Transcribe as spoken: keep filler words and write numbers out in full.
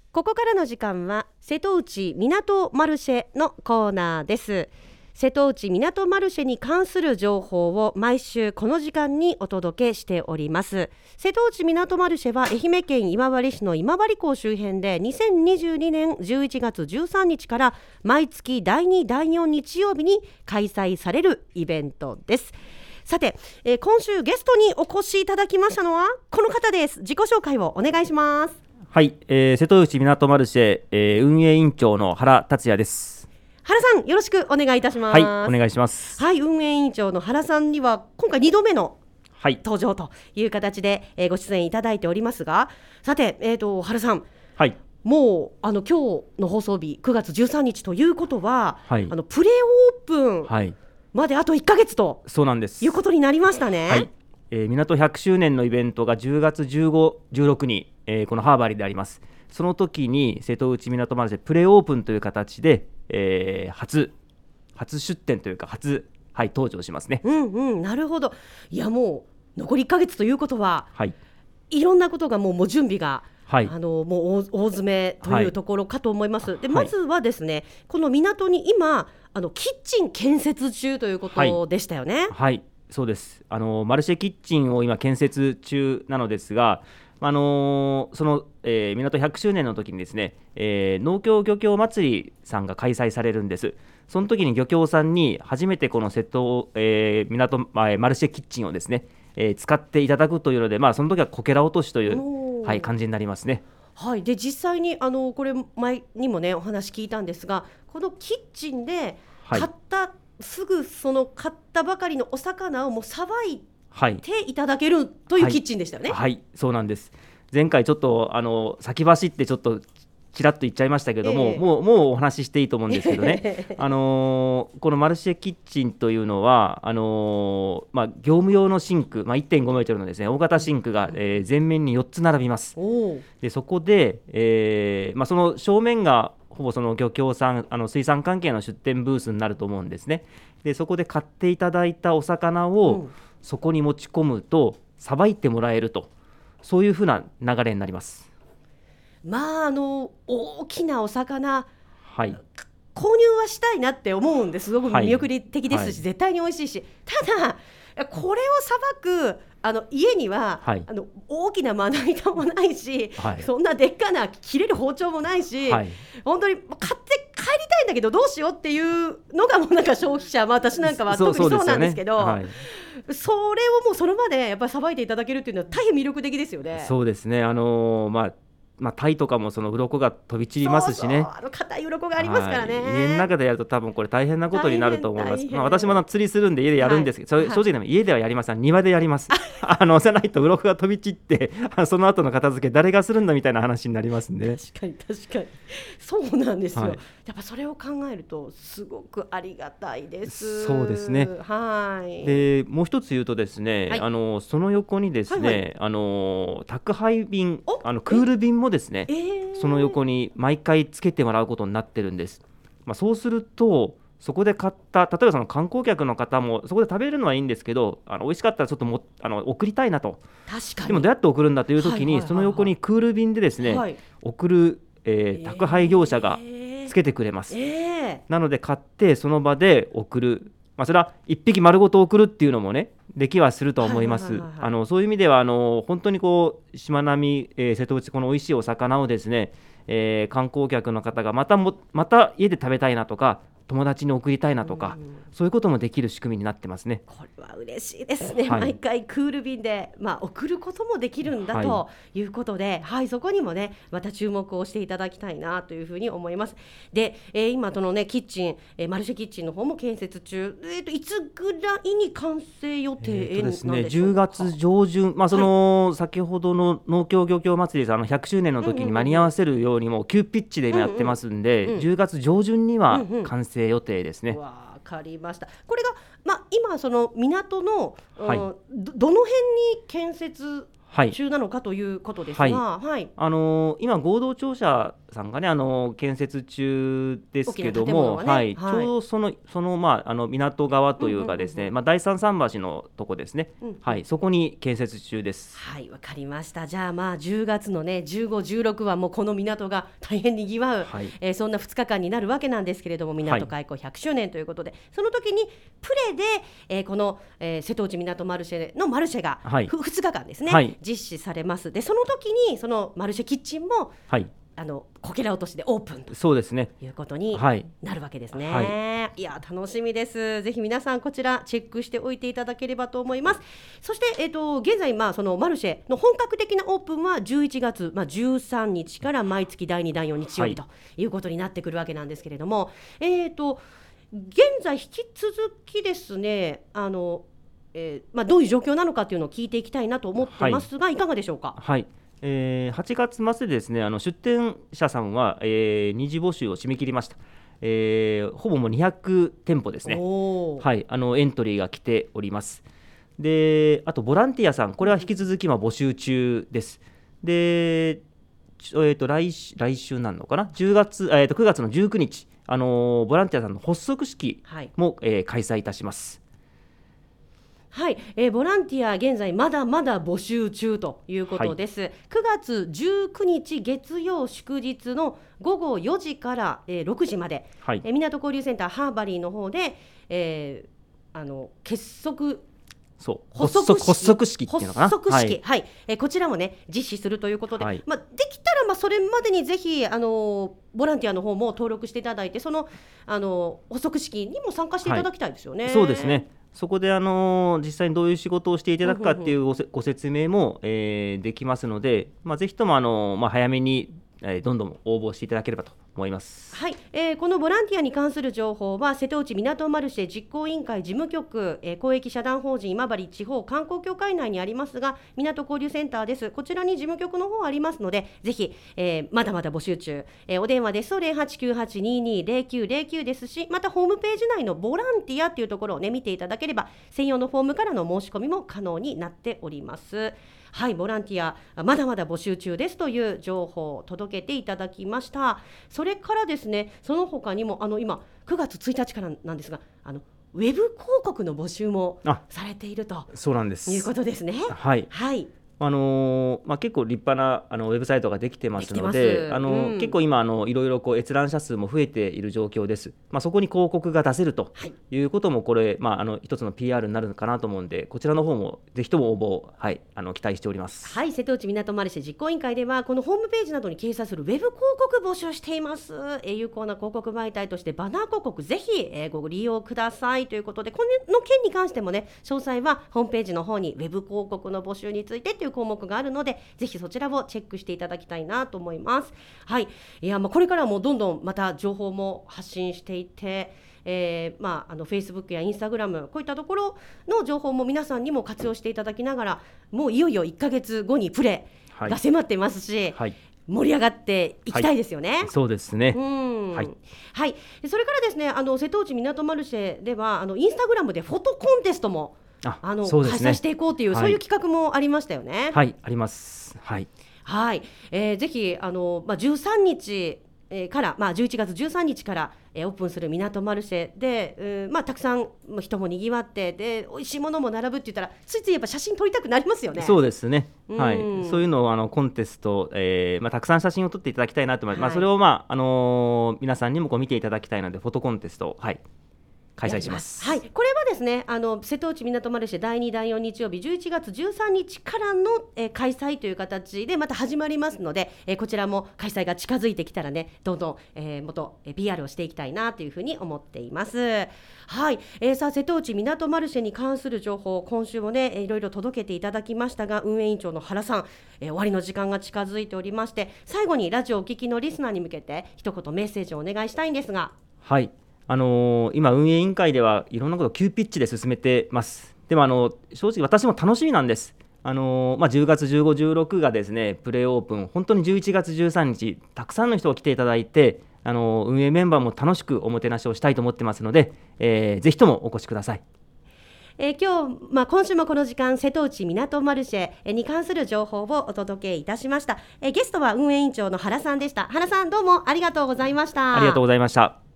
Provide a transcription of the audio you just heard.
ここからの時間は瀬戸内港マルシェのコーナーです。瀬戸内港マルシェに関する情報を毎週この時間にお届けしております。瀬戸内港マルシェは愛媛県今治市の今治港周辺でにせんにじゅうにねんじゅういちがつじゅうさんにちから毎月だいにだいよん日曜日に開催されるイベントです。さて、えー、今週ゲストにお越しいただきましたのはこの方です。自己紹介をお願いします。 はい、えー、瀬戸内港マルシェ、えー、運営委員長の原達也です。 原さん、よろしくお願いいたします。 はい、お願いします。 はい、運営委員長の原さんには今回にどめの登場という形で、えー、ご出演いただいておりますが、さて、えーと、原さん、 はい、 もうあの今日の放送日くがつじゅうさんにちということは、はい、あのプレオープンまであといっかげつと、 そうなんです、 いうことになりましたね。 はい、えー、港ひゃくしゅうねんのイベントがじゅうがつじゅうご、じゅうろくに、えー、このハーバリーであります。その時に瀬戸内港マルシェプレオープンという形で、えー、初初出店というか初、はい、登場しますね。 うんうん、なるほど。いや、もう残りいっかげつということは、 はい、 いろんなことがもう、もう準備が、 はい、 あのもう 大, 大詰めというところかと思います。はい、でまずはですね、この港に今あのキッチン建設中ということでしたよね。 はい、はい、そうです。あのマルシェキッチンを今建設中なのですが、あのー、その、えー、港ひゃくしゅうねんの時にですね、えー、農協漁協祭りさんが開催されるんです。その時に漁協さんに初めてこの瀬戸、えー、港、まあ、マルシェキッチンをですね、えー、使っていただくというので、まあ、その時はこけら落としという、はい、感じになりますね。 はい、で実際にあのこれ前にもねお話聞いたんですが、このキッチンで買った、はい、すぐその買ったばかりのお魚をもうさばいてていただけるというキッチンでしたよね。 はい、はい、そうなんです。前回ちょっとあの先走ってちょっとちらっと言っちゃいましたけども、えー、もう、もうお話ししていいと思うんですけどねあのー、このマルシェキッチンというのはあのーまあ、業務用のシンク、まあ、いってんごメートルのですね大型シンクが、えー、前面によっつ並びます。でそこで、えーまあ、その正面がほぼその漁協さん、あの水産関係の出店ブースになると思うんですね。でそこで買っていただいたお魚を、うん、そこに持ち込むとさばいてもらえると、そういうふうな流れになります。 まあ、あの大きなお魚、 はい、 購入はしたいなって思うんですごく魅力的ですし、はい、絶対に美味しいし、ただこれをさばくあの家には、はい、あの大きなまな板もないし、はい、そんなでっかな切れる包丁もないし、はい、本当に買って帰りたいんだけどどうしようっていうのがもうなんか消費者、まあ、私なんかは特にそうなんですけど、 そ, そ, ね、はい、それをもうその場でやっぱりさばいていただけるっていうのは大変魅力的ですよね。 そうですね、あのーまあまあ、タイとかもその鱗が飛び散りますしね。 そうそう、あの硬い鱗がありますからね、はい、 家の中でやると多分これ大変なことになると思います。まあ、私も釣りするんで家でやるんですけど、はい、正直に家ではやりません。庭でやりますあのじゃないと鱗が飛び散ってその後の片付け誰がするんだみたいな話になりますんで。 確かに確かにそうなんですよ、はい、やっぱそれを考えるとすごくありがたいです。 そうですね、はい、でもう一つ言うとですね、はい、あのその横にですね、はいはい、あの宅配便、あのクール便もですね、えー、その横に毎回つけてもらうことになってるんです。まあ、そうするとそこで買った例えばその観光客の方もそこで食べるのはいいんですけど、あの美味しかったらちょっともあの送りたいなと。 確かに。 でもどうやって送るんだという時に、はいはいはいはい、その横にクール便でですね、はい、送る、えー、宅配業者がつけてくれます、えー、なので買ってその場で送る、まあ、それはいっぴき丸ごと送るっていうのもねできはすると思います。あのそういう意味ではあの本当にこうしまなみ、えー、瀬戸内この美味しいお魚をですね、えー、観光客の方がまたもまた家で食べたいなとか友達に送りたいなとか、うん、そういうこともできる仕組みになってますね。 これは嬉しいですね、はい、毎回クール便で、まあ、送ることもできるんだということで、はいはい、そこにもねまた注目をしていただきたいなというふうに思います。で、えー、今そのねキッチン、えー、マルシェキッチンの方も建設中、えー、といつぐらいに完成予定なんでしょうか。えーとですね、 じゅうがつじょうじゅん、まあ、その、はい、先ほどの農協漁協祭りさんのひゃくしゅうねんの時に間に合わせるようにも急ピッチで今やってますんで、うんうん、じゅうがつじょうじゅんには完成予定ですね。 わかりました。これが、まあ、今その港の、はい、ど, どの辺に建設中なのかということですが、はいはい、 あのー、今合同庁舎さんがね、あのー、建設中ですけども、ね、はいはい、ちょうどその、その、まあ、あの港側というかですね、うんうんうんうん、まあ、第三桟橋のとこですね、うんうん、はい、そこに建設中です。 はい、わかりました。じゃあ、まあ、じゅうがつのねじゅうご、じゅうろくはもうこの港が大変にぎわう、はい、えー、そんなふつかかんになるわけなんですけれども、港開港ひゃくしゅうねんということで、はい、その時にプレで、えー、この、えー、瀬戸内港マルシェのマルシェが、はい、ふつかかんですね、はい、実施されます。でその時にそのマルシェキッチンも、はい、あのこけら落としでオープンとそうですねいうことになるわけですね。はいはい、いや楽しみです。ぜひ皆さんこちらチェックしておいていただければと思います。そして、えー、と現在、まあ、そのマルシェの本格的なオープンはじゅういちがつ、まあ、じゅうさんにちから毎月だいにだいよん日曜日ということになってくるわけなんですけれども、はい、えー、と現在引き続きですね、あのえーまあ、どういう状況なのかというのを聞いていきたいなと思ってますが、はい、いかがでしょうか。 はい、えー、はちがつ末でですね、あの出店者さんは、えー、二次募集を締め切りました。えー、ほぼもうにひゃくてんぽですね、はい、あのエントリーが来ております。であとボランティアさん、これは引き続きまあ募集中です。で、えー、と 来, 来週なのかな、じゅうがつ、えー、とくがつのじゅうくにち、あのー、ボランティアさんの発足式も、はい、えー、開催いたします。 はい、えー、ボランティア現在まだまだ募集中ということです。はい、くがつじゅうくにち月曜祝日のごごよじから、えー、ろくじまで、はい、えー、港交流センターハーバリーの方で、えー、あの結束そう発足式発足式っていうのかな、 発足式、はいはい、えー、こちらもね実施するということで、はい、まあ、できたらまあそれまでにぜひあのボランティアの方も登録していただいて、そのあの発足式にも参加していただきたいですよね。 はい、そうですね。そこで、あのー、実際にどういう仕事をしていただくかっていうご、ご説明も、えー、できますので、まあ、ぜひとも、あのーまあ、早めに、えー、どんどん応募していただければと思います。 はい、えー、このボランティアに関する情報は瀬戸内港マルシェ実行委員会事務局、えー、公益社団法人今治地方観光協会内にありますが、港交流センターです。こちらに事務局の方ありますので、ぜひ、えー、まだまだ募集中、えー、お電話ですと ゼロはちきゅうはちにーにーゼロきゅうゼロきゅう ですし、またホームページ内のボランティアというところを、ね、見ていただければ専用のフォームからの申し込みも可能になっております。はい、ボランティアまだまだ募集中ですという情報を届けていただきました。それからですね、その他にもあの今くがつついたちからなんですが、あのウェブ広告の募集もされているとそうなんですいうことですね。 はい、 はい、 あのーまあ、結構立派なあのウェブサイトができてますので、あのーうん、結構今あのいろいろこう閲覧者数も増えている状況です。まあ、そこに広告が出せるということもこれ、まあ、あの一つの ピーアール になるのかなと思うんで、こちらの方もぜひとも応募、はい、あの期待しております。 はい、瀬戸内港マルシェ実行委員会ではこのホームページなどに掲載するウェブ広告募集しています。えー、有効な広告媒体としてバナー広告ぜひ、えー、ご利用くださいということで、この件に関してもね詳細はホームページの方にウェブ広告の募集についてという項目があるので、ぜひそちらをチェックしていただきたいなと思います。はい、いや、まあ、これからもどんどんまた情報も発信していって、えーまあ、あの Facebook や Instagram こういったところの情報も皆さんにも活用していただきながら、もういよいよいっかげつごにプレが迫っていますし、はい、盛り上がっていきたいですよね。 はい、そうですね。うん、 はいはい、それからですね、あの瀬戸内港マルシェではあのインスタグラムでフォトコンテストもああのそうですね、開催していこうという、はい、そういう企画もありましたよね。 はい、あります。はい、 はい、えー、ぜひあの、まあ、じゅうさんにちから、まあ、じゅういちがつじゅうさんにちから、えー、オープンする港マルシェで、えーまあ、たくさん人もにぎわってで美味しいものも並ぶって言ったらついついやっぱ写真撮りたくなりますよね。 そうですね、はい、そういうのをあのコンテスト、えーまあ、たくさん写真を撮っていただきたいなと思います。はい、まあ、それを、まああのー、皆さんにもこう見ていただきたいのでフォトコンテストを、はい開催します。 はい、これはですね、あの瀬戸内港マルシェだいにだいよん日曜日じゅういちがつじゅうさんにちからの、えー、開催という形でまた始まりますので、えー、こちらも開催が近づいてきたらねどんどん、えー、もっと ピーアール をしていきたいなというふうに思っています。はい、えー、さあ瀬戸内港マルシェに関する情報今週もねいろいろ届けていただきましたが、運営委員長の原さん、えー、終わりの時間が近づいておりまして、最後にラジオをお聞きのリスナーに向けて一言メッセージをお願いしたいんですが。 はい、あのー、今運営委員会ではいろんなことを急ピッチで進めてます。でもあの正直私も楽しみなんです。あのーまあ、じゅうがつじゅうご、じゅうろくがですねプレオープン、本当にじゅういちがつじゅうさんにちたくさんの人が来ていただいて、あのー、運営メンバーも楽しくおもてなしをしたいと思ってますので、えー、ぜひともお越しください。 えー、今日、まあ、今週もこの時間瀬戸内港マルシェに関する情報をお届けいたしました。えー、ゲストは運営委員長の原さんでした。原さんどうもありがとうございました。 ありがとうございました。